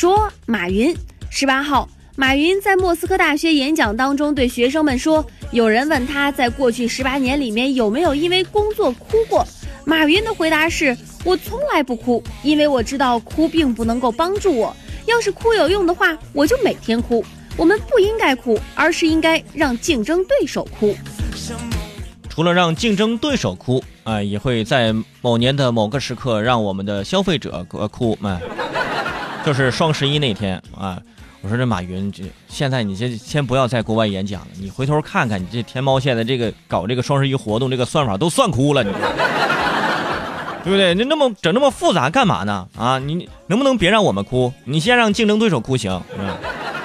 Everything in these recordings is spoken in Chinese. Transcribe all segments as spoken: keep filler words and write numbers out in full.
说马云十八号，马云在莫斯科大学演讲当中对学生们说，有人问他在过去十八年里面有没有因为工作哭过，马云的回答是，我从来不哭，因为我知道哭并不能够帮助我，要是哭有用的话，我就每天哭。我们不应该哭，而是应该让竞争对手哭。 除了让竞争对手哭啊、呃，也会在某年的某个时刻让我们的消费者哭啊、呃，就是双十一那天啊。我说这马云，这现在你这先不要在国外演讲了，你回头看看你这天猫现在这个搞这个双十一活动，这个算法都算哭了，你对不对？你那么整那么复杂干嘛呢？啊，你能不能别让我们哭？你先让竞争对手哭行？嗯、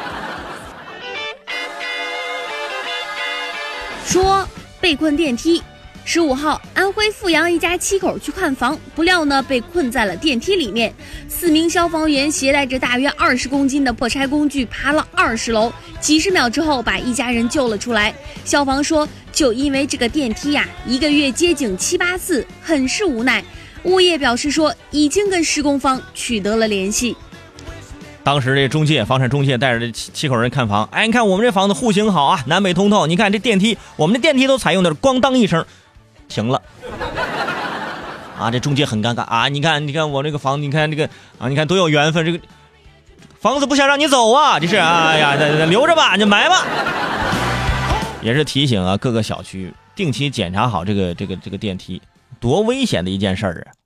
说被困电梯。十五号，安徽阜阳一家七口去看房，不料呢被困在了电梯里面。四名消防员携带着大约二十公斤的破拆工具，爬了二十楼，几十秒之后把一家人救了出来。消防说，就因为这个电梯呀、啊，一个月接警七八次，很是无奈。物业表示说，已经跟施工方取得了联系。 当时这中介房产中介带着这 七, 七口人看房，哎，你看我们这房子户型好啊，南北通透，你看这电梯，我们的电梯都采用的咣当一声停了啊！这中介很尴尬啊！你看，你看我这个房，你看这个啊，你看多有缘分，这个房子不想让你走啊！这是哎呀，留着吧，你买吧。也是提醒啊，各个小区定期检查好这个这个这个电梯，多危险的一件事儿啊！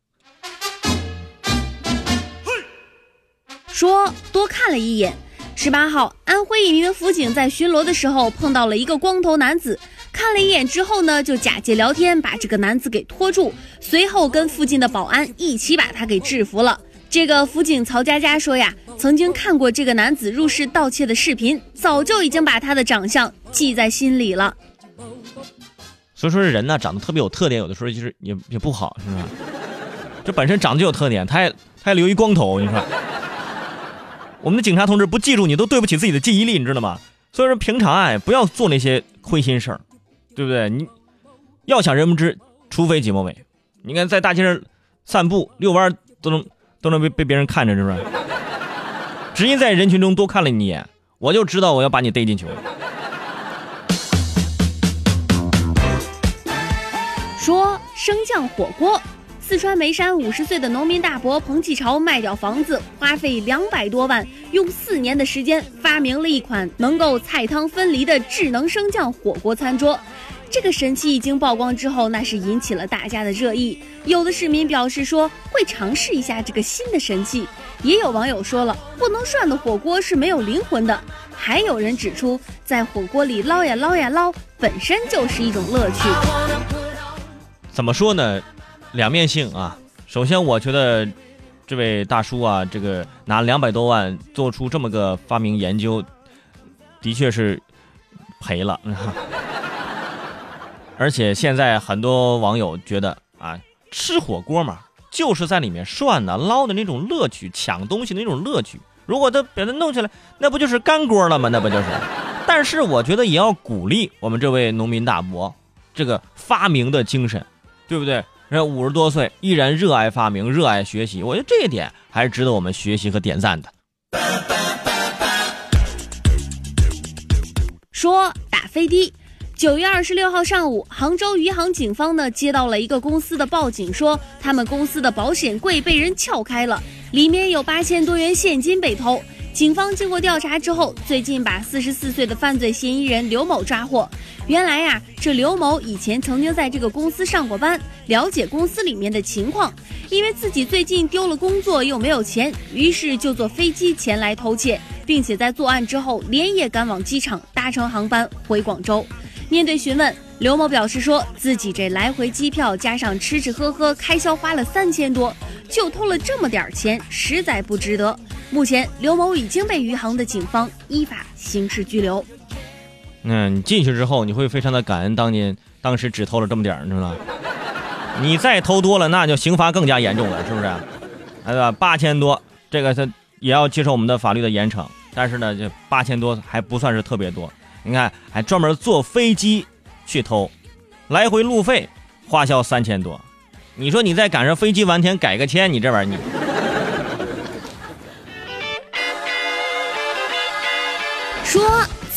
说多看了一眼。十八号，安徽一名辅警在巡逻的时候碰到了一个光头男子。看了一眼之后呢，就假借聊天把这个男子给拖住，随后跟附近的保安一起把他给制服了。这个辅警曹佳佳说呀，曾经看过这个男子入室盗窃的视频，早就已经把他的长相记在心里了。 所以说人呢长得特别有特点，有的时候就是也也不好，是吧？这本身长得就有特点，他还他还留一光头，你说我们的警察同志不记住你都对不起自己的记忆力，你知道吗？所以说平常哎不要做那些亏心事儿，对不对？你要想人不知，除非己莫为。你看在大街上散步遛弯都能都能被被别人看着，是不是？只因在人群中多看了你一眼，我就知道我要把你逮进去了。 说升降火锅。四川眉山五十岁的农民大伯彭继朝卖掉房子，花费两百多万，用四年的时间发明了一款能够菜汤分离的智能升降火锅餐桌。这个神器一经曝光之后，那是引起了大家的热议。有的市民表示说会尝试一下这个新的神器，也有网友说了，不能涮的火锅是没有灵魂的。还有人指出，在火锅里捞呀捞呀捞，本身就是一种乐趣。 怎么说呢？两面性啊。首先我觉得这位大叔啊，这个拿两百多万做出这么个发明研究，的确是赔了。而且现在很多网友觉得啊，吃火锅嘛，就是在里面涮的捞的那种乐趣，抢东西的那种乐趣。如果他把它弄起来，那不就是干锅了吗？那不就是。但是我觉得也要鼓励我们这位农民大伯这个发明的精神，对不对？人五十多岁依然热爱发明，热爱学习，我觉得这一点还是值得我们学习和点赞的。 说打飞的。九月二十六号上午，杭州余杭警方呢接到了一个公司的报警，说他们公司的保险柜被人撬开了，里面有八千多元现金被偷。警方经过调查之后，最近把四十四岁的犯罪嫌疑人刘某抓获。原来呀、啊，这刘某以前曾经在这个公司上过班，了解公司里面的情况。因为自己最近丢了工作又没有钱，于是就坐飞机前来偷窃，并且在作案之后连夜赶往机场，搭乘航班回广州。面对询问，刘某表示说自己这来回机票加上吃吃喝喝开销花了三千多，就偷了这么点钱，实在不值得。目前刘某已经被余杭的警方依法刑事拘留。 嗯，你进去之后你会非常的感恩当年当时只偷了这么点儿，你知道吗？你再偷多了那就刑罚更加严重了，是不是？哎吧，八千多这个他也要接受我们的法律的严惩，但是呢这八千多还不算是特别多。你看还专门坐飞机去偷，来回路费花销三千多，你说你再赶上飞机晚点改个签，你这玩意儿你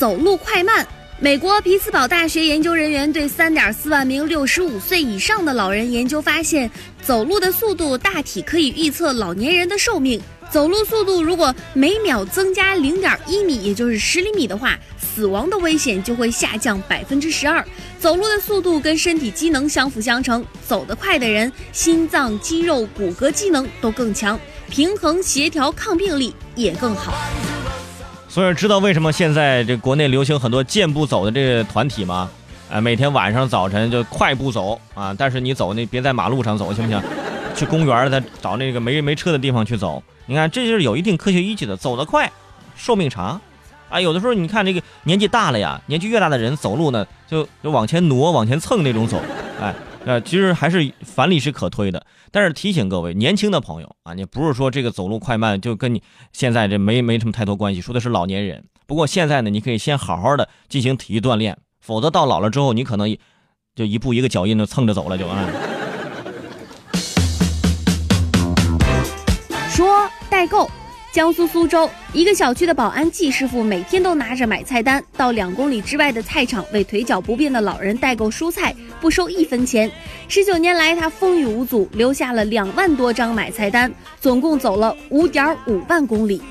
走路快慢。美国匹兹堡大学研究人员对 三点四万名六十五岁以上的老人研究发现，走路的速度大体可以预测老年人的寿命。走路速度如果每秒增加 零点一米，也就是十厘米的话，死亡的危险就会下降 百分之十二。 走路的速度跟身体机能相辅相成，走得快的人心脏、肌肉、骨骼机能都更强，平衡、协调、抗病力也更好。 所以知道为什么现在这国内流行很多健步走的这个团体吗？啊，每天晚上早晨就快步走啊，但是你走那别在马路上走，行不行？去公园再找那个没人没车的地方去走。你看，这就是有一定科学依据的，走得快，寿命长。啊，有的时候你看这个年纪大了呀，年纪越大的人走路呢，就就往前挪、往前蹭那种走，哎，呃，其实还是反例是可推的。但是提醒各位年轻的朋友啊，你不是说这个走路快慢就跟你现在这没没什么太多关系，说的是老年人。不过现在呢，你可以先好好的进行体育锻炼，否则到老了之后，你可能就一步一个脚印就蹭着走了就啊。 说代购。江苏苏州一个小区的保安季师傅每天都拿着买菜单到两公里之外的菜场为腿脚不便的老人代购蔬菜，不收一分钱。十九年来，他风雨无阻，留下了两万多张买菜单，总共走了五点五万公里。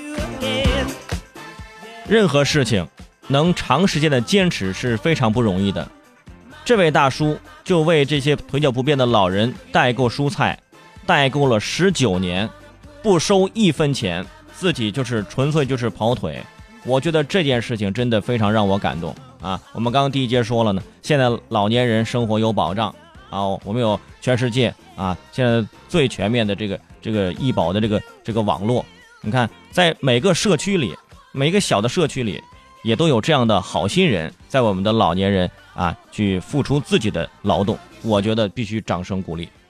任何事情能长时间的坚持是非常不容易的。这位大叔就为这些腿脚不便的老人代购蔬菜，代购了十九年。不收一分钱，自己就是纯粹就是跑腿。我觉得这件事情真的非常让我感动啊！我们刚刚第一节说了呢，现在老年人生活有保障啊，我们有全世界啊现在最全面的这个这个医保的这个这个网络。你看，在每个社区里，每个小的社区里，也都有这样的好心人，在我们的老年人啊去付出自己的劳动，我觉得必须掌声鼓励。